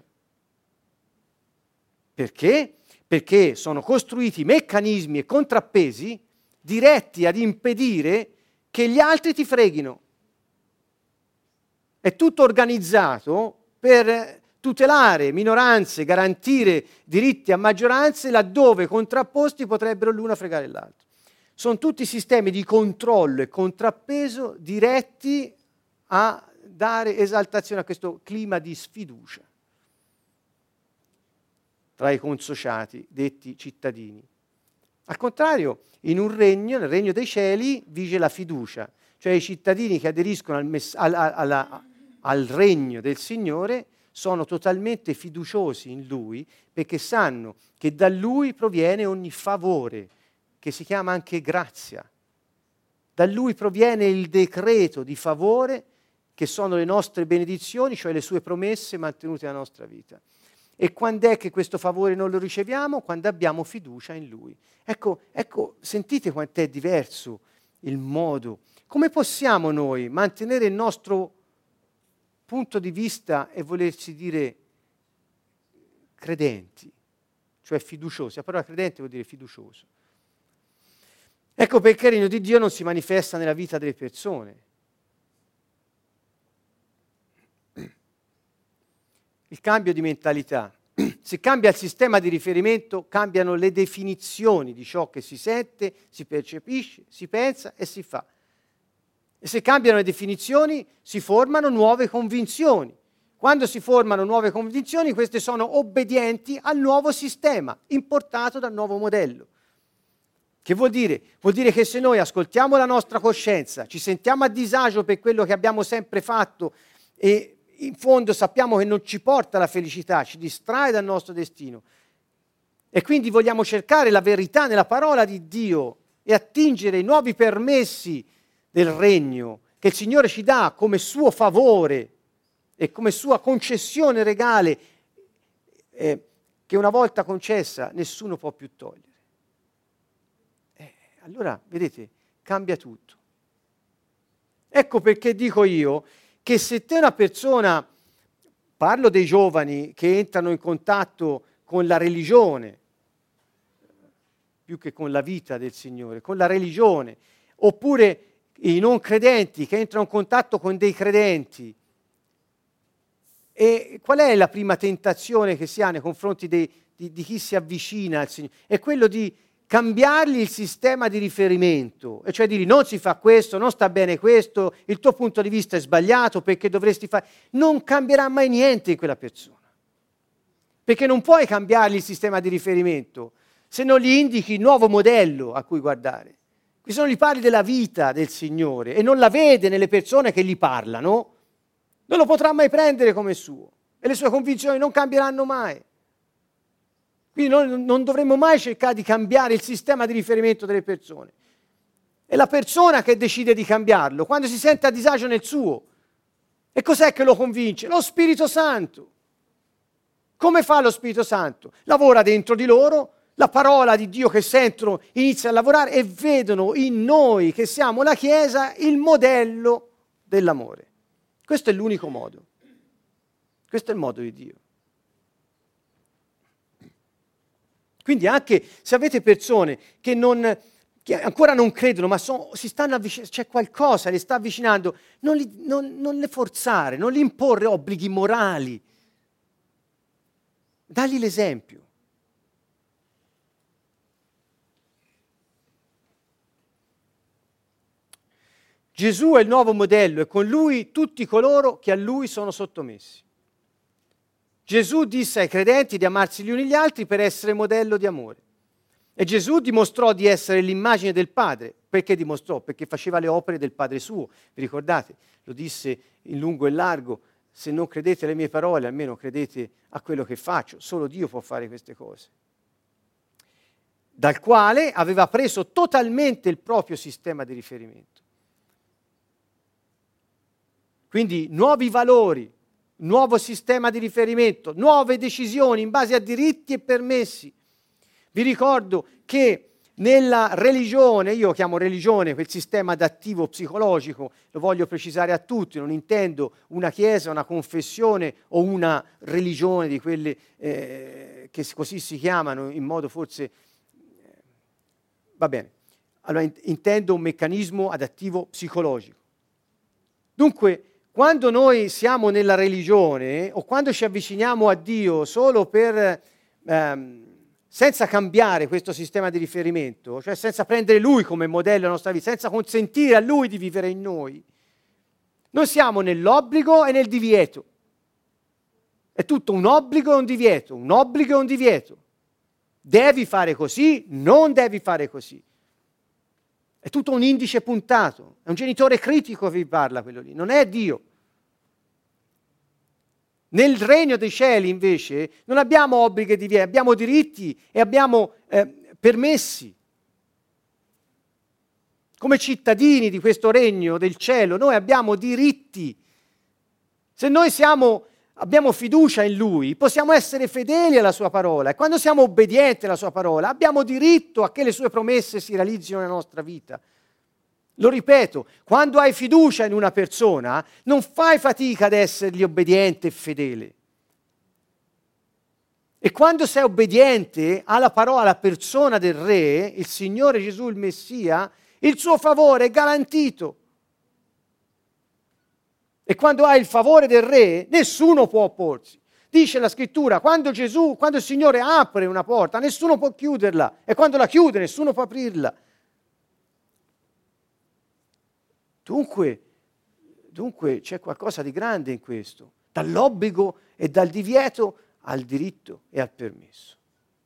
Perché? Perché sono costruiti meccanismi e contrappesi diretti ad impedire che gli altri ti freghino. È tutto organizzato per tutelare minoranze, garantire diritti a maggioranze laddove contrapposti potrebbero l'uno fregare l'altro. Sono tutti sistemi di controllo e contrappeso diretti a dare esaltazione a questo clima di sfiducia tra i consociati, detti cittadini. Al contrario, in un regno, nel regno dei cieli, vige la fiducia, cioè i cittadini che aderiscono al regno del Signore sono totalmente fiduciosi in Lui, perché sanno che da Lui proviene ogni favore, che si chiama anche grazia. Da Lui proviene il decreto di favore, che sono le nostre benedizioni, cioè le sue promesse mantenute nella nostra vita. E quando è che questo favore non lo riceviamo? Quando abbiamo fiducia in Lui. Ecco, sentite quant'è diverso il modo. Come possiamo noi mantenere il nostro punto di vista e volerci dire credenti, cioè fiduciosi? La parola credente vuol dire fiducioso. Ecco perché il regno di Dio non si manifesta nella vita delle persone. Il cambio di mentalità. Se cambia il sistema di riferimento, cambiano le definizioni di ciò che si sente, si percepisce, si pensa e si fa. E se cambiano le definizioni, si formano nuove convinzioni. Quando si formano nuove convinzioni, queste sono obbedienti al nuovo sistema, importato dal nuovo modello. Che vuol dire? Vuol dire che se noi ascoltiamo la nostra coscienza, ci sentiamo a disagio per quello che abbiamo sempre fatto e in fondo sappiamo che non ci porta alla felicità, ci distrae dal nostro destino e quindi vogliamo cercare la verità nella parola di Dio e attingere i nuovi permessi del regno che il Signore ci dà come suo favore e come sua concessione regale che una volta concessa nessuno può più togliere. Allora, vedete, cambia tutto. Ecco perché dico io che se te una persona, parlo dei giovani che entrano in contatto con la religione, più che con la vita del Signore, con la religione, oppure i non credenti che entrano in contatto con dei credenti, e qual è la prima tentazione che si ha nei confronti di chi si avvicina al Signore? È quello di cambiargli il sistema di riferimento, e cioè dirgli non si fa questo, non sta bene questo, il tuo punto di vista è sbagliato perché dovresti fare... Non cambierà mai niente in quella persona, perché non puoi cambiargli il sistema di riferimento se non gli indichi il nuovo modello a cui guardare. Qui se non gli parli della vita del Signore e non la vede nelle persone che gli parlano, non lo potrà mai prendere come suo e le sue convinzioni non cambieranno mai. Quindi noi non dovremmo mai cercare di cambiare il sistema di riferimento delle persone. È la persona che decide di cambiarlo, quando si sente a disagio nel suo. E cos'è che lo convince? Lo Spirito Santo. Come fa lo Spirito Santo? Lavora dentro di loro, la parola di Dio che sentono inizia a lavorare e vedono in noi, che siamo la Chiesa, il modello dell'amore. Questo è l'unico modo. Questo è il modo di Dio. Quindi anche se avete persone che ancora non credono, ma si stanno avvicinando, c'è qualcosa che li sta avvicinando, non le forzare, non gli imporre obblighi morali. Dagli l'esempio. Gesù è il nuovo modello e con lui tutti coloro che a lui sono sottomessi. Gesù disse ai credenti di amarsi gli uni gli altri per essere modello di amore. E Gesù dimostrò di essere l'immagine del Padre. Perché dimostrò? Perché faceva le opere del Padre suo. Vi ricordate? Lo disse in lungo e largo. Se non credete alle mie parole, almeno credete a quello che faccio. Solo Dio può fare queste cose. Dal quale aveva preso totalmente il proprio sistema di riferimento. Quindi nuovi valori, nuovo sistema di riferimento, nuove decisioni in base a diritti e permessi. Vi ricordo che nella religione, io chiamo religione quel sistema adattivo psicologico, lo voglio precisare a tutti, non intendo una chiesa, una confessione o una religione di quelle che così si chiamano in modo forse... va bene, allora intendo un meccanismo adattivo psicologico. Dunque, quando noi siamo nella religione o quando ci avviciniamo a Dio solo per... senza cambiare questo sistema di riferimento, cioè senza prendere Lui come modello della nostra vita, senza consentire a Lui di vivere in noi, noi siamo nell'obbligo e nel divieto. È tutto un obbligo e un divieto, un obbligo e un divieto. Devi fare così, non devi fare così. È tutto un indice puntato, è un genitore critico che vi parla quello lì, non è Dio. Nel regno dei cieli, invece, non abbiamo obblighi e divieti, abbiamo diritti e abbiamo permessi. Come cittadini di questo regno del cielo, noi abbiamo diritti. Se noi abbiamo fiducia in Lui, possiamo essere fedeli alla Sua parola. E quando siamo obbedienti alla Sua parola, abbiamo diritto a che le Sue promesse si realizzino nella nostra vita. Lo ripeto, quando hai fiducia in una persona, non fai fatica ad essergli obbediente e fedele. E quando sei obbediente alla parola, alla persona del Re, il Signore Gesù, il Messia, il suo favore è garantito. E quando hai il favore del Re, nessuno può opporsi. Dice la Scrittura, quando il Signore apre una porta, nessuno può chiuderla. E quando la chiude, nessuno può aprirla. Dunque c'è qualcosa di grande in questo, dall'obbligo e dal divieto al diritto e al permesso.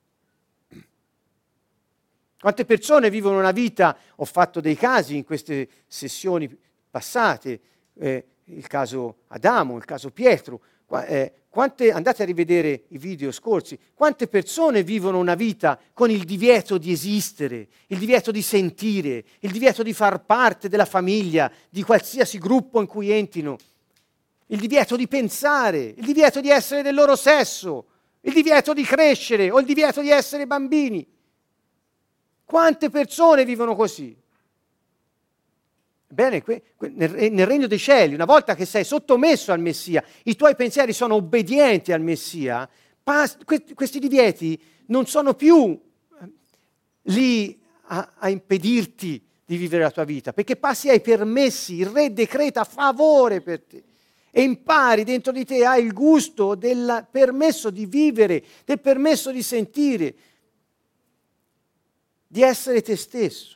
Quante persone vivono una vita, ho fatto dei casi in queste sessioni passate, il caso Adamo, il caso Pietro, andate a rivedere i video scorsi, quante persone vivono una vita con il divieto di esistere, il divieto di sentire, il divieto di far parte della famiglia, di qualsiasi gruppo in cui entrino, il divieto di pensare, il divieto di essere del loro sesso, il divieto di crescere o il divieto di essere bambini. Quante persone vivono così? Bene, nel regno dei cieli, una volta che sei sottomesso al Messia, i tuoi pensieri sono obbedienti al Messia, questi divieti non sono più lì a impedirti di vivere la tua vita, perché passi ai permessi, il Re decreta favore per te e impari dentro di te, hai il gusto del permesso di vivere, del permesso di sentire, di essere te stesso.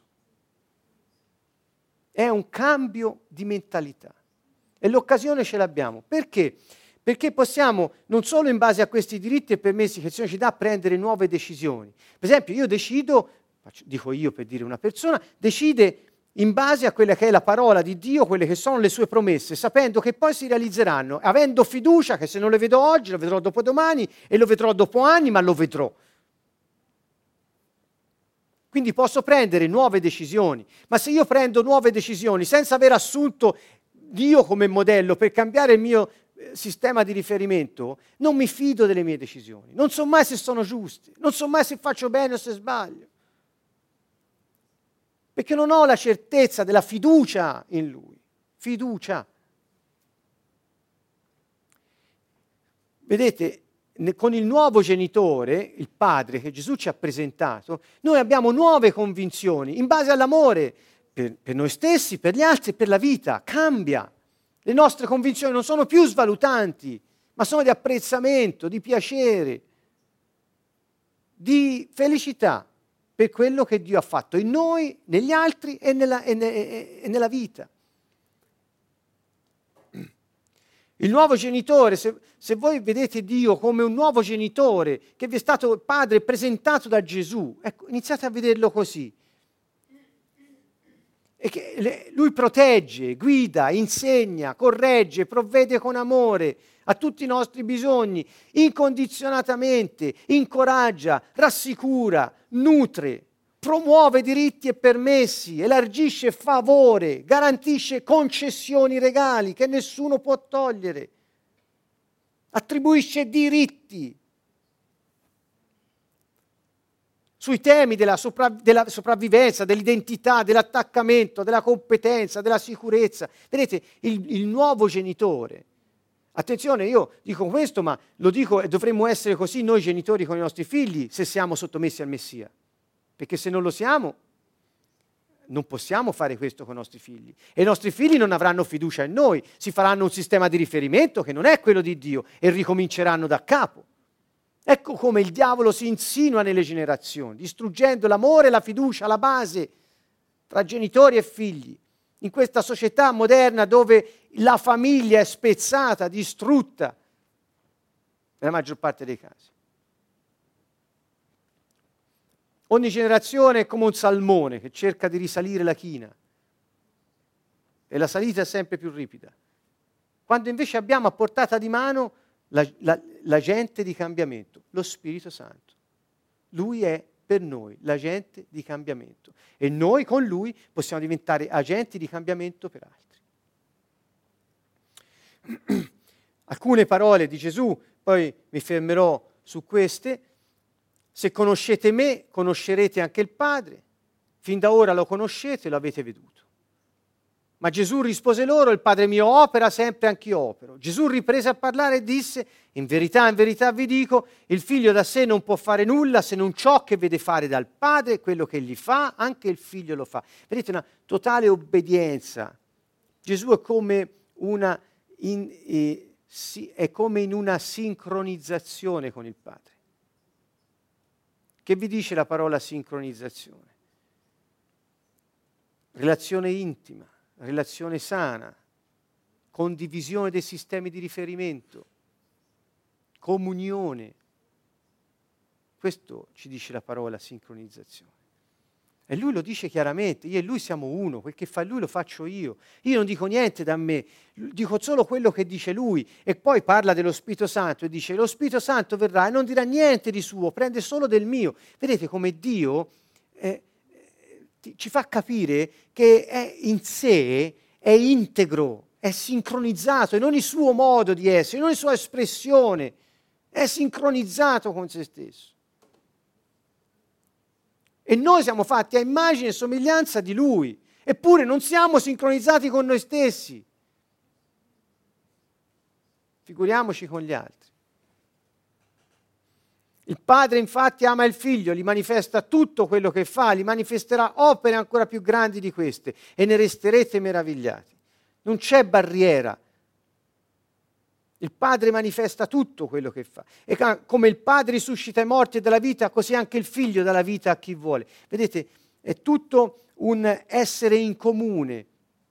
È un cambio di mentalità e l'occasione ce l'abbiamo. Perché? Perché possiamo, non solo in base a questi diritti e permessi che il Signore ci dà, prendere nuove decisioni. Per esempio, io decido, dico io per dire una persona, decide in base a quella che è la parola di Dio, quelle che sono le sue promesse, sapendo che poi si realizzeranno, avendo fiducia che se non le vedo oggi, lo vedrò dopodomani e lo vedrò dopo anni, ma lo vedrò. Quindi posso prendere nuove decisioni, ma se io prendo nuove decisioni senza aver assunto Dio come modello per cambiare il mio sistema di riferimento, non mi fido delle mie decisioni, non so mai se sono giuste, non so mai se faccio bene o se sbaglio, perché non ho la certezza della fiducia in Lui. Fiducia. Vedete, con il nuovo genitore, il Padre che Gesù ci ha presentato, noi abbiamo nuove convinzioni in base all'amore per noi stessi, per gli altri e per la vita. Cambia. Le nostre convinzioni non sono più svalutanti, ma sono di apprezzamento, di piacere, di felicità per quello che Dio ha fatto in noi, negli altri e nella vita. Il nuovo genitore, se voi vedete Dio come un nuovo genitore che vi è stato padre presentato da Gesù, ecco, iniziate a vederlo così. E che lui protegge, guida, insegna, corregge, provvede con amore a tutti i nostri bisogni, incondizionatamente, incoraggia, rassicura, nutre, promuove diritti e permessi, elargisce favore, garantisce concessioni regali che nessuno può togliere, attribuisce diritti. sui temi della sopravvivenza, dell'identità, dell'attaccamento, della competenza, della sicurezza. Vedete, il nuovo genitore. Attenzione, io dico questo, ma lo dico e dovremmo essere così noi genitori con i nostri figli se siamo sottomessi al Messia. Perché se non lo siamo, non possiamo fare questo con i nostri figli. E i nostri figli non avranno fiducia in noi, si faranno un sistema di riferimento che non è quello di Dio e ricominceranno da capo. Ecco come il diavolo si insinua nelle generazioni, distruggendo l'amore e la fiducia, la base tra genitori e figli. In questa società moderna dove la famiglia è spezzata, distrutta, nella maggior parte dei casi. Ogni generazione è come un salmone che cerca di risalire la china e la salita è sempre più ripida. Quando invece abbiamo a portata di mano l'agente di cambiamento, lo Spirito Santo. Lui è per noi l'agente di cambiamento e noi con lui possiamo diventare agenti di cambiamento per altri. Alcune parole di Gesù, poi mi fermerò su queste. Se conoscete me, conoscerete anche il Padre. Fin da ora lo conoscete e lo avete veduto. Ma Gesù rispose loro, il Padre mio opera sempre, anch'io opero. Gesù riprese a parlare e disse, in verità vi dico, il figlio da sé non può fare nulla se non ciò che vede fare dal Padre, quello che gli fa, anche il figlio lo fa. Vedete, una totale obbedienza. Gesù è come in una sincronizzazione con il Padre. Che vi dice la parola sincronizzazione? Relazione intima. Relazione sana, condivisione dei sistemi di riferimento, comunione. Questo ci dice la parola sincronizzazione. E lui lo dice chiaramente, io e lui siamo uno, quel che fa lui lo faccio io. Io non dico niente da me, dico solo quello che dice lui. E poi parla dello Spirito Santo e dice, lo Spirito Santo verrà e non dirà niente di suo, prende solo del mio. Vedete come Dio ci fa capire che è in sé, è integro, è sincronizzato in ogni suo modo di essere, in ogni sua espressione, è sincronizzato con se stesso. E noi siamo fatti a immagine e somiglianza di Lui, eppure non siamo sincronizzati con noi stessi. Figuriamoci con gli altri. Il Padre infatti ama il Figlio, gli manifesta tutto quello che fa, gli manifesterà opere ancora più grandi di queste e ne resterete meravigliati. Non c'è barriera. Il Padre manifesta tutto quello che fa. E come il Padre risuscita i morti e dalla vita, così anche il Figlio dà la vita a chi vuole. Vedete, è tutto un essere in comune.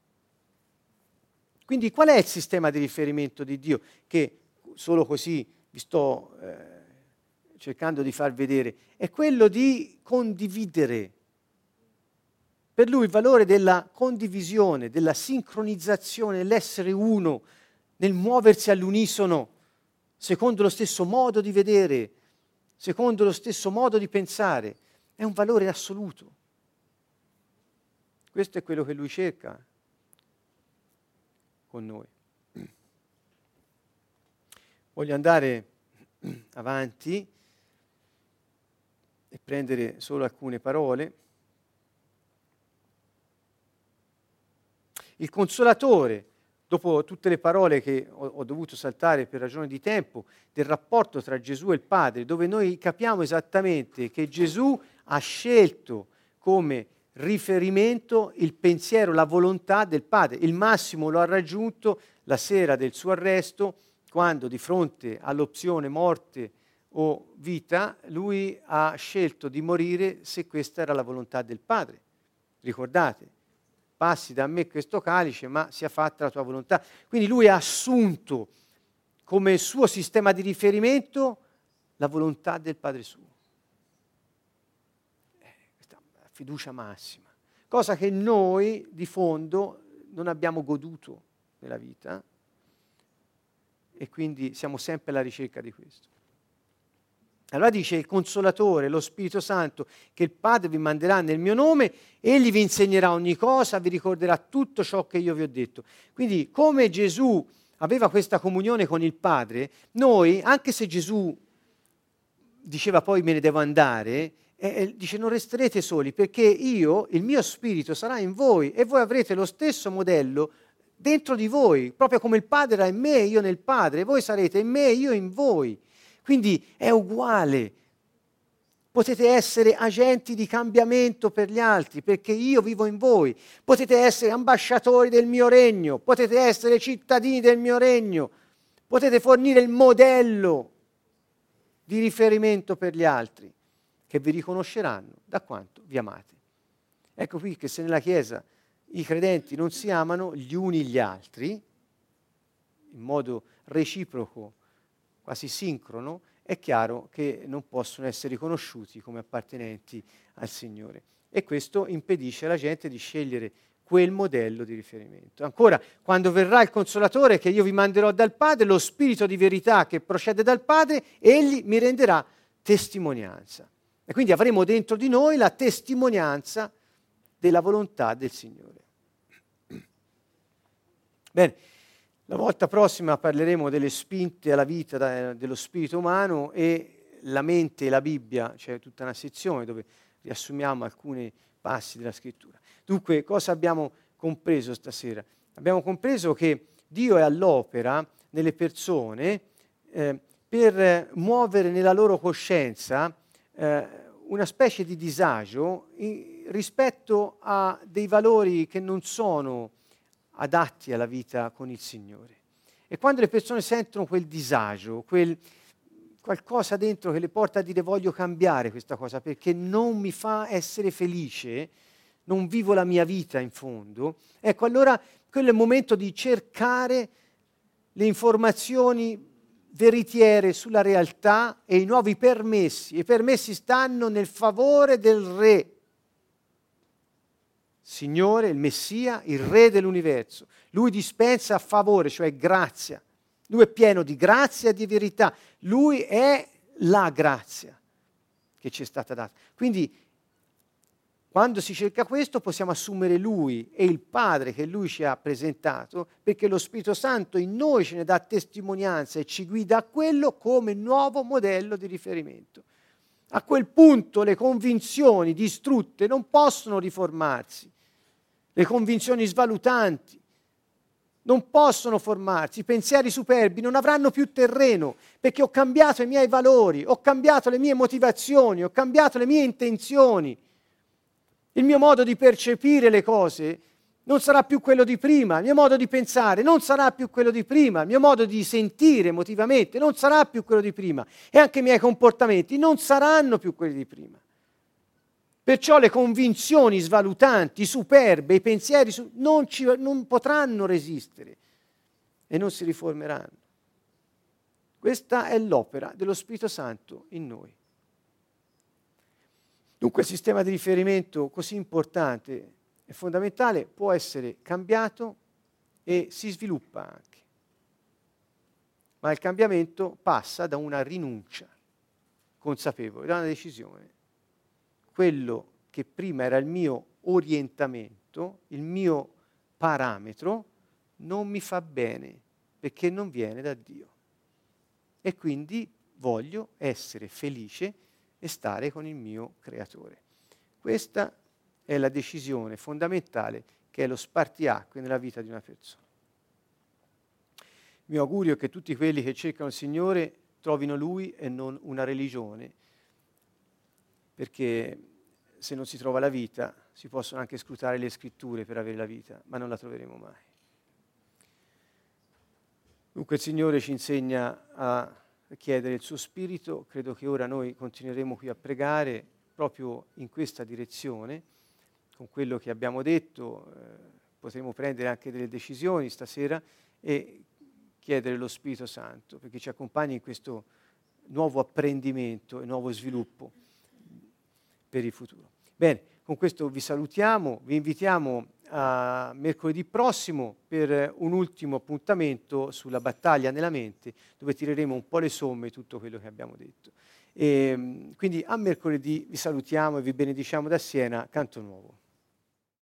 Quindi qual è il sistema di riferimento di Dio? Che solo così vi sto cercando di far vedere, è quello di condividere. Per lui il valore della condivisione, della sincronizzazione, l'essere uno, nel muoversi all'unisono, secondo lo stesso modo di vedere, secondo lo stesso modo di pensare, è un valore assoluto. Questo è quello che lui cerca con noi. Voglio andare avanti e prendere solo alcune parole. Il Consolatore, dopo tutte le parole che ho dovuto saltare per ragione di tempo, del rapporto tra Gesù e il Padre, dove noi capiamo esattamente che Gesù ha scelto come riferimento il pensiero, la volontà del Padre. Il massimo lo ha raggiunto la sera del suo arresto, quando di fronte all'opzione morte o vita, lui ha scelto di morire se questa era la volontà del Padre. Ricordate, passi da me questo calice, ma sia fatta la tua volontà. Quindi lui ha assunto come suo sistema di riferimento la volontà del Padre suo. Questa è la fiducia massima, cosa che noi di fondo non abbiamo goduto nella vita e quindi siamo sempre alla ricerca di questo. Allora dice il Consolatore, lo Spirito Santo, che il Padre vi manderà nel mio nome, egli vi insegnerà ogni cosa, vi ricorderà tutto ciò che io vi ho detto. Quindi come Gesù aveva questa comunione con il Padre, noi, anche se Gesù diceva poi me ne devo andare, dice non resterete soli perché io, il mio spirito sarà in voi e voi avrete lo stesso modello dentro di voi, proprio come il Padre era in me, io nel Padre, voi sarete in me, io in voi. Quindi è uguale. Potete essere agenti di cambiamento per gli altri, perché io vivo in voi. Potete essere ambasciatori del mio regno, potete essere cittadini del mio regno, potete fornire il modello di riferimento per gli altri, che vi riconosceranno da quanto vi amate. Ecco qui che se nella Chiesa i credenti non si amano gli uni gli altri, in modo reciproco, quasi sincrono, è chiaro che non possono essere riconosciuti come appartenenti al Signore. E questo impedisce alla gente di scegliere quel modello di riferimento. Ancora, quando verrà il Consolatore che io vi manderò dal Padre, lo Spirito di verità che procede dal Padre, egli mi renderà testimonianza. E quindi avremo dentro di noi la testimonianza della volontà del Signore. Bene, la volta prossima parleremo delle spinte alla vita dello spirito umano e la mente e la Bibbia, c'è tutta una sezione dove riassumiamo alcuni passi della Scrittura. Dunque, cosa abbiamo compreso stasera? Abbiamo compreso che Dio è all'opera nelle persone per muovere nella loro coscienza una specie di disagio rispetto a dei valori che non sono adatti alla vita con il Signore. E quando le persone sentono quel disagio, qualcosa dentro che le porta a dire voglio cambiare questa cosa perché non mi fa essere felice, non vivo la mia vita in fondo, ecco allora quello è il momento di cercare le informazioni veritiere sulla realtà e i nuovi permessi. I permessi stanno nel favore del Re. Signore, il Messia, il Re dell'universo. Lui dispensa a favore, cioè grazia. Lui è pieno di grazia e di verità. Lui è la grazia che ci è stata data. Quindi, quando si cerca questo, possiamo assumere Lui e il Padre che Lui ci ha presentato, perché lo Spirito Santo in noi ce ne dà testimonianza e ci guida a quello come nuovo modello di riferimento. A quel punto le convinzioni distrutte non possono riformarsi. Le convinzioni svalutanti non possono formarsi, i pensieri superbi non avranno più terreno, perché ho cambiato i miei valori, ho cambiato le mie motivazioni, ho cambiato le mie intenzioni. Il mio modo di percepire le cose non sarà più quello di prima, il mio modo di pensare non sarà più quello di prima, il mio modo di sentire emotivamente non sarà più quello di prima e anche i miei comportamenti non saranno più quelli di prima. Perciò le convinzioni svalutanti, superbe, i pensieri non potranno resistere e non si riformeranno. Questa è l'opera dello Spirito Santo in noi. Dunque il sistema di riferimento così importante e fondamentale può essere cambiato e si sviluppa anche. Ma il cambiamento passa da una rinuncia consapevole, da una decisione. Quello che prima era il mio orientamento, il mio parametro, non mi fa bene perché non viene da Dio. E quindi voglio essere felice e stare con il mio Creatore. Questa è la decisione fondamentale che è lo spartiacque nella vita di una persona. Il mio augurio è che tutti quelli che cercano il Signore trovino Lui e non una religione, perché se non si trova la vita si possono anche scrutare le scritture per avere la vita, ma non la troveremo mai. Dunque il Signore ci insegna a chiedere il suo Spirito, credo che ora noi continueremo qui a pregare proprio in questa direzione, con quello che abbiamo detto, potremo prendere anche delle decisioni stasera e chiedere lo Spirito Santo, perché ci accompagni in questo nuovo apprendimento e nuovo sviluppo per il futuro. Bene, con questo vi salutiamo, vi invitiamo a mercoledì prossimo per un ultimo appuntamento sulla battaglia nella mente, dove tireremo un po' le somme di tutto quello che abbiamo detto. Quindi a mercoledì vi salutiamo e vi benediciamo da Siena, Canto Nuovo.